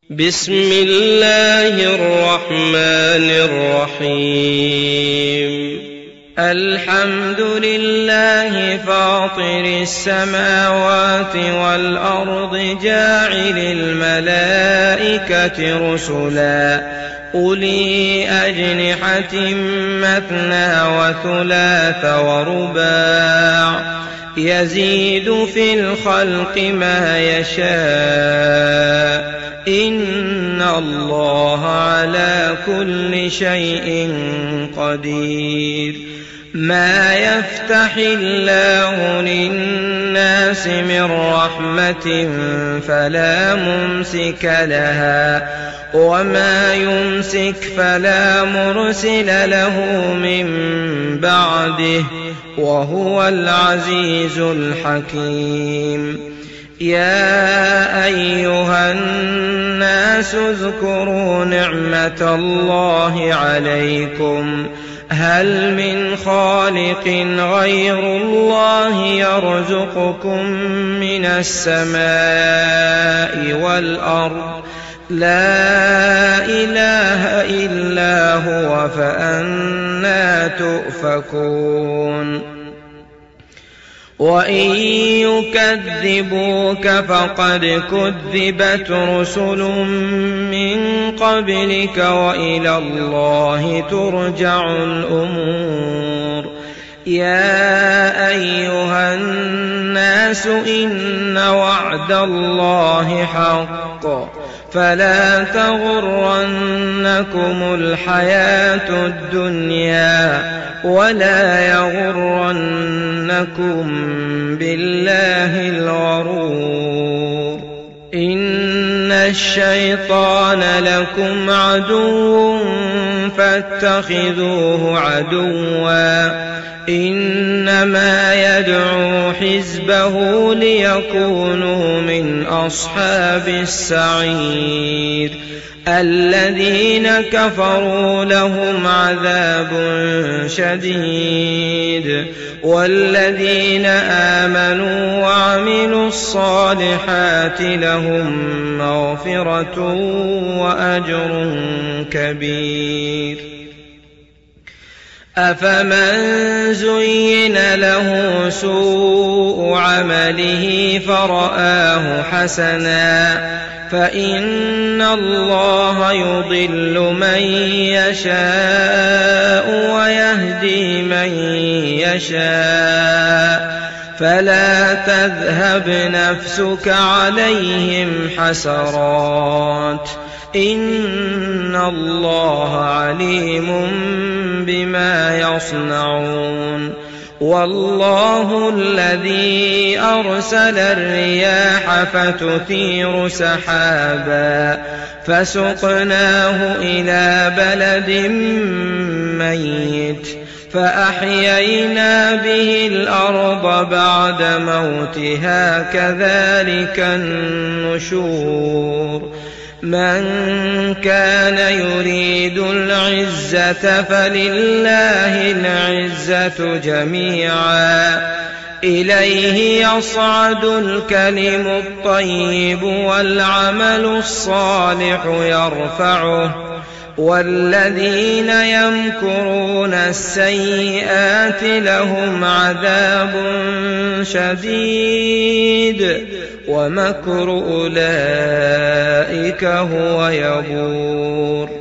بسم الله الرحمن الرحيم الحمد لله فاطر السماوات والأرض جاعل الملائكة رسلا أولي أجنحة مثنى وثلاث ورباع يزيد في الخلق ما يشاء إن الله على كل شيء قدير ما يفتح الله للناس من رحمة فلا ممسك لها وما يمسك فلا مرسل له من بعده وهو العزيز الحكيم يا أيها الناس اذكروا نعمة الله عليكم هل من خالق غير الله يرزقكم من السماء والأرض لا إله إلا هو فأنى تؤفكون وإن يكذبوك فقد كذبت رسل من قبلك وإلى الله ترجع الأمور يا أيها الناس إن وعد الله حق فلا تغرنكم الحياة الدنيا ولا يغرنكم بالله الغرور إن الشيطان لكم عدو فاتخذوه عدوا إنما يدعو حزبه ليكونوا من أصحاب السعير الذين كفروا لهم عذاب شديد والذين آمنوا وعملوا الصالحات لهم مغفرة وأجر كبير أفمن زين له سوء عمله فرآه حسنا فإن الله يضل من يشاء ويهدي من يشاء فلا تذهب نفسك عليهم حسرات إن الله عليم بما يصنعون والله الذي أرسل الرياح فتثير سحابا فسقناه إلى بلد ميت فأحيينا به الأرض بعد موتها كذلك النشور من كان يريد العزة فلله العزة جميعا إليه يصعد الكلم الطيب والعمل الصالح يرفعه والذين يمكرون السيئات لهم عذاب شديد ومكر أولئك هو يبور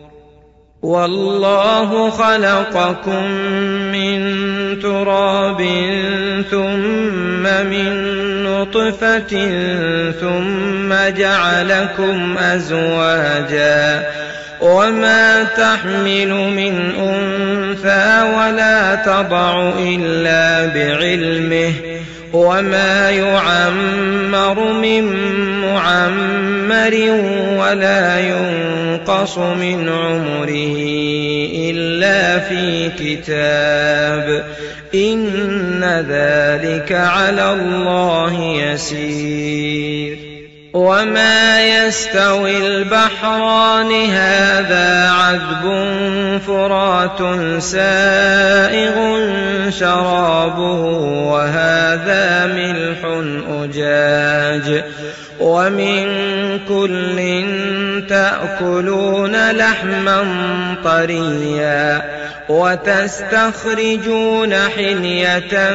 والله خلقكم من تراب ثم من نطفة ثم جعلكم أزواجا وما تحمل من أنثى ولا تضع إلا بعلمه وما يعمر من معمر ولا ينقص من عمره إلا في كتاب إن ذلك على الله يسير وما يستوي البحران هذا عذب فرات سائغ شرابه وهذا ملح أجاج ومن كل تأكلون لحما طريا وتستخرجون حلية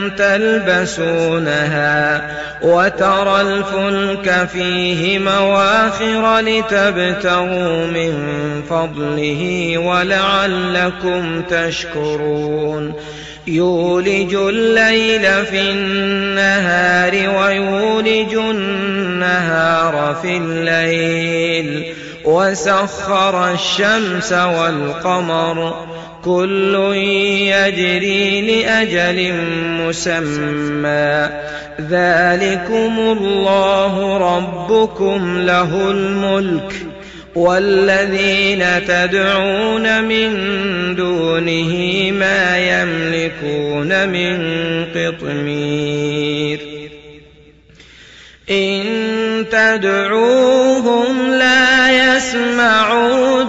تلبسونها وترى الفلك فيه مواخر لتبتغوا من فضله ولعلكم تشكرون يولج الليل في النهار ويولج النهار في الليل وسخر الشمس والقمر كل يجري لأجل مسمى ذلكم الله ربكم له الملك والذين تدعون من دونه ما يملكون من قطمير إن تدعوهم لا يسمعوا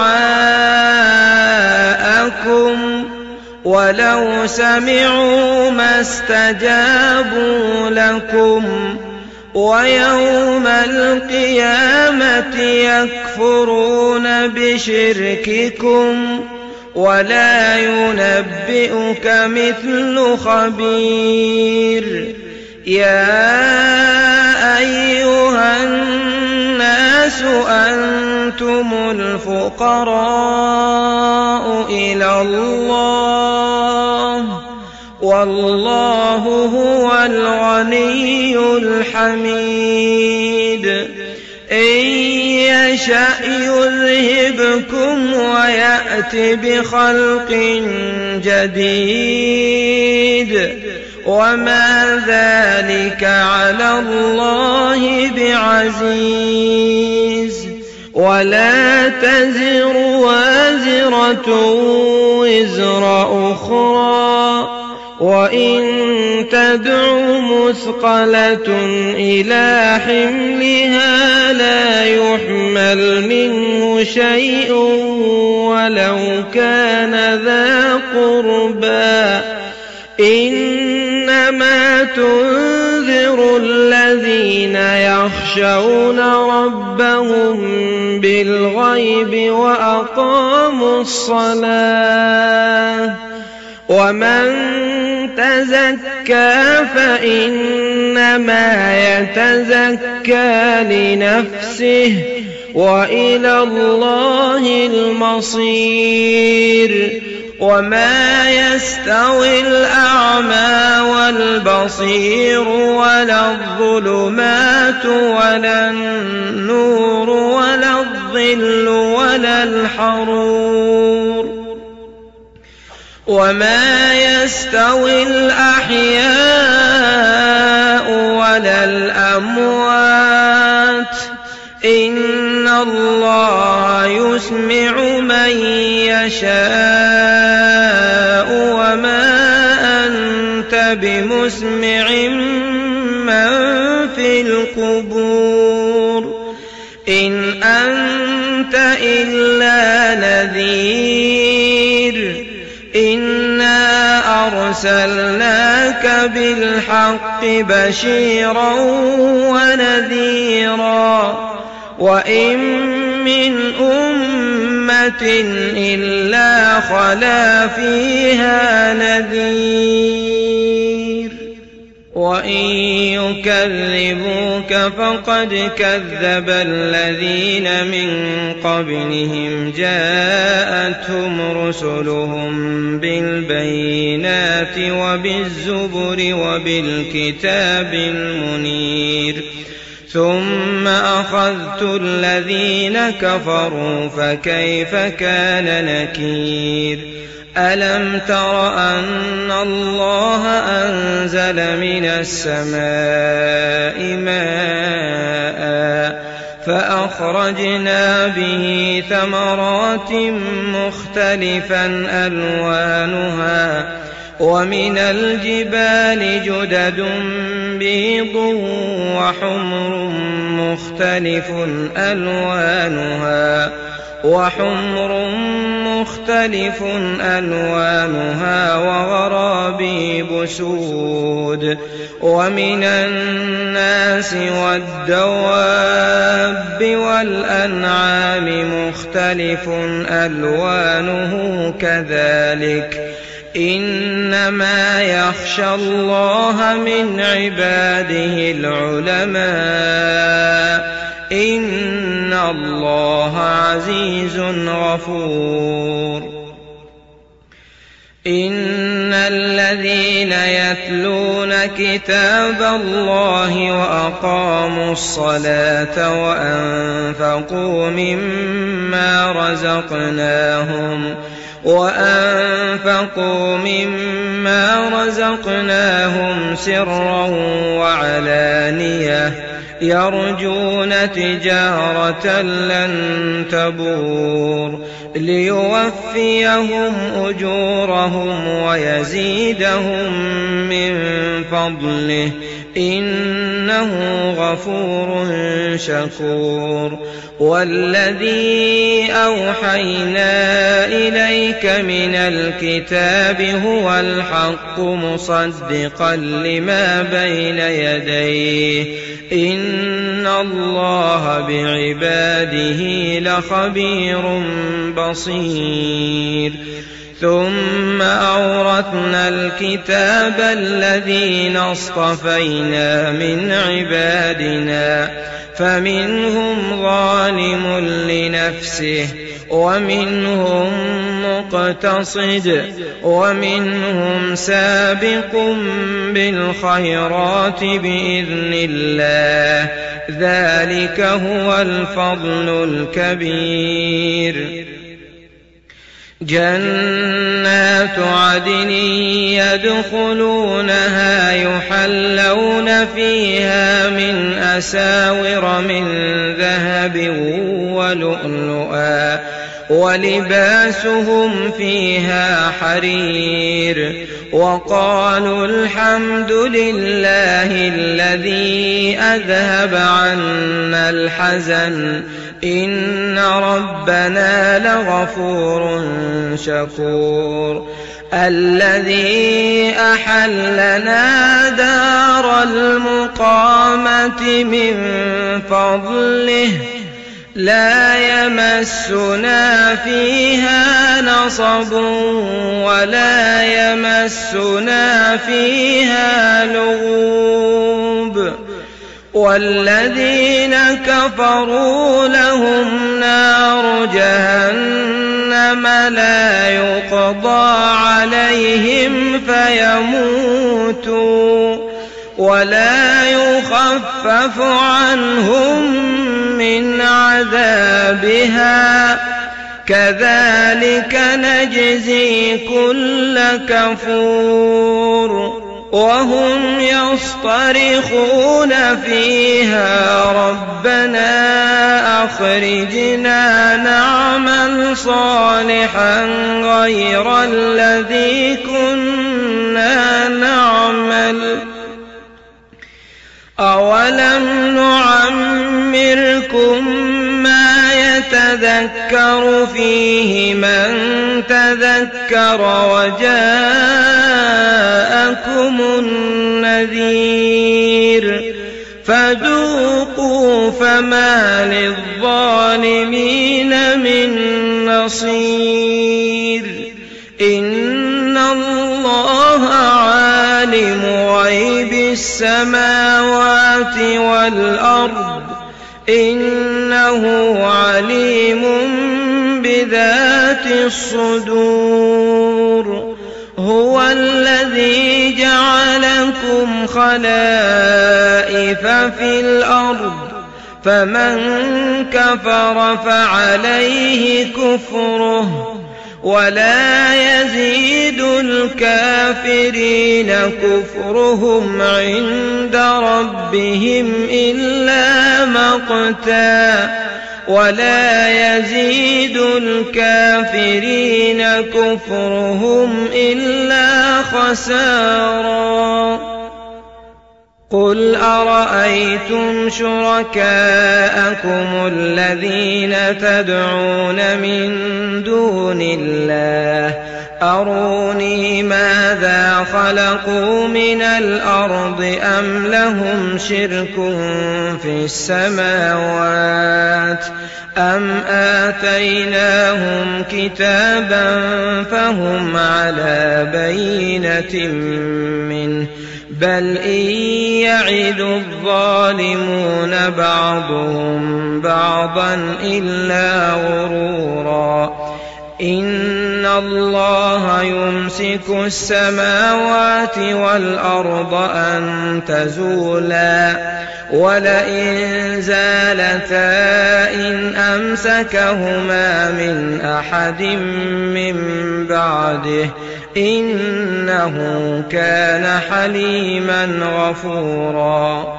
دعاءكم ولو سمعوا ما استجابوا لكم ويوم القيامة يكفرون بشرككم ولا ينبئك مثل خبير يا أيها الناس أنتم الفقراء إلى الله والله هو الغني الحميد إن يشأ يذهبكم ويأت بخلق جديد وما ذلك على الله بعزيز ولا تزر وازرة وزر أخرى وإن تدع مثقلة إلى حملها لا يحمل منه شيء ولو كان ذا قربى إنما تنذر الذين يخشون ربهم بالغيب وأقاموا الصلاة ومن تزكى فإنما يتزكى لنفسه وإلى الله المصير وما يستوي الأعمى والبصير ولا الظلمات ولا النور ولا الظل ولا الحرور وما يستوي الأحياء ولا الأموات إن الله يسمع من يشاء وما أنت بمسمع من في القبور إن أنت إلا نذير إنا أرسلناك بالحق بشيرا ونذيرا وإن من أمة إلا خلا فيها نذير وإن يكذبوك فقد كذب الذين من قبلهم جاءتهم رسلهم بالبينات وبالزبر وبالكتاب المنير ثم أخذت الذين كفروا فكيف كان نكير ألم تر أن الله أنزل من السماء ماء فأخرجنا به ثمرات مختلفا ألوانها ومن الجبال جدد بيض وحمر مختلف ألوانها وغرابيب سود ومن الناس والدواب والأنعام مختلف ألوانه كذلك إنما يخشى الله من عباده العلماء إن الله عزيز غفور إن الذين يتلون كتاب الله وأقاموا الصلاة وأنفقوا مما رزقناهم سرا وعلانية يرجون تجارة لن تبور ليوفيهم أجورهم ويزيدهم من فضله إنه غفور شكور والذي أوحينا إليك من الكتاب هو الحق مصدقا لما بين يديه إن الله بعباده لخبير بصير ثم أورثنا الكتاب الذين اصطفينا من عبادنا فمنهم ظالم لنفسه ومنهم مقتصد ومنهم سابق بالخيرات بإذن الله ذلك هو الفضل الكبير جنات عدن يدخلونها يحلون فيها من أساور من ذهب ولؤلؤا ولباسهم فيها حرير وقالوا الحمد لله الذي أذهب عنا الحزن إن ربنا لغفور شكور الذي أحلنا دار المقامة من فضله لا يمسنا فيها نصب ولا يمسنا فيها لغوب والذين كفروا لهم نار جهنم لا يقضى عليهم فيموتوا ولا يخفف عنهم من عذابها كذلك نجزي كل كفور وهم يصطرخون فيها ربنا أخرجنا نعمل صالحا غير الذي كنا نعمل أولم نعمركم ما يتذكر فيه من تذكر وجاءكم النذير فذوقوا فما للظالمين من نصير إن الله عالم غيب السماوات والأرض إنه عليم بذات الصدور هو الذي جعلكم خلائف في الأرض فمن كفر فعليه كفره ولا يزيد الكافرين كفرهم عند ربهم إلا مقتا ولا يزيد الكافرين كفرهم إلا خسارا قل أرأيتم شركاءكم الذين تدعون من دون الله أروني ماذا خلقوا من الأرض أم لهم شرك في السماوات أم آتيناهم كتابا فهم على بينة منه بل إن يعد الظالمون بعضهم بعضا إلا غرورا إن الله يمسك السماوات والأرض أن تزولا ولئن زالتا إن أمسكهما من أحد من بعده إنه كان حليما غفورا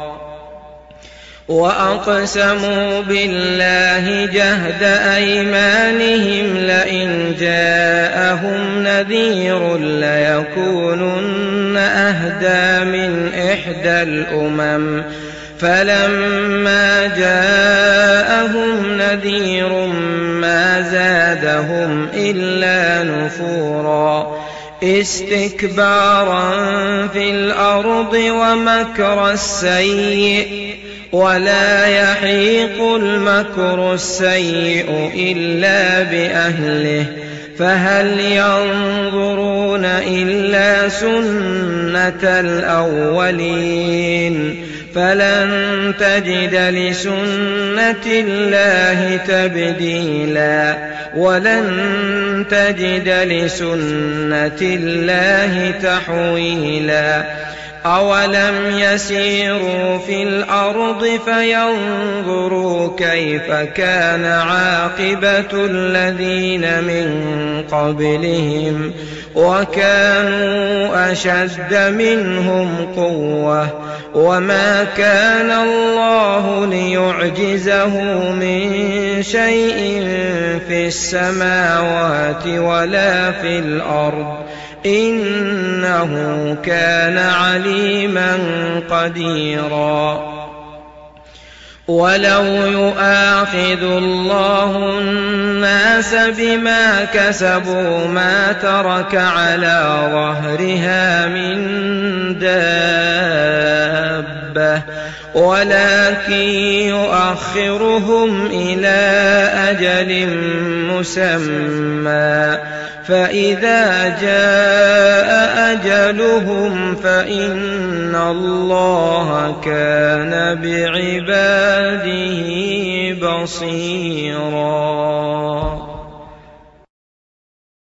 وأقسموا بالله جهد أيمانهم لئن جاءهم نذير ليكونن أهدى من إحدى الأمم فلما جاءهم نذير ما زادهم إلا نفورا استكبارا في الأرض ومكر السيء ولا يحيق المكر السيء إلا بأهله فهل ينظرون إلا سنة الأولين فلن تجد لسنة الله تبديلا ولن تجد لسنة الله تحويلا أولم يسيروا في الأرض فينظروا كيف كان عاقبة الذين من قبلهم وكانوا أشد منهم قوة وما كان الله ليعجزه من شيء في السماوات ولا في الأرض إنه كان عليما قديرا ولو يؤاخذ الله الناس بما كسبوا ما ترك على ظهرها من دابة ولكن يؤخرهم إلى أجل مسمى فإذا جاء أجلهم فإن الله كان بعباده بصيرا.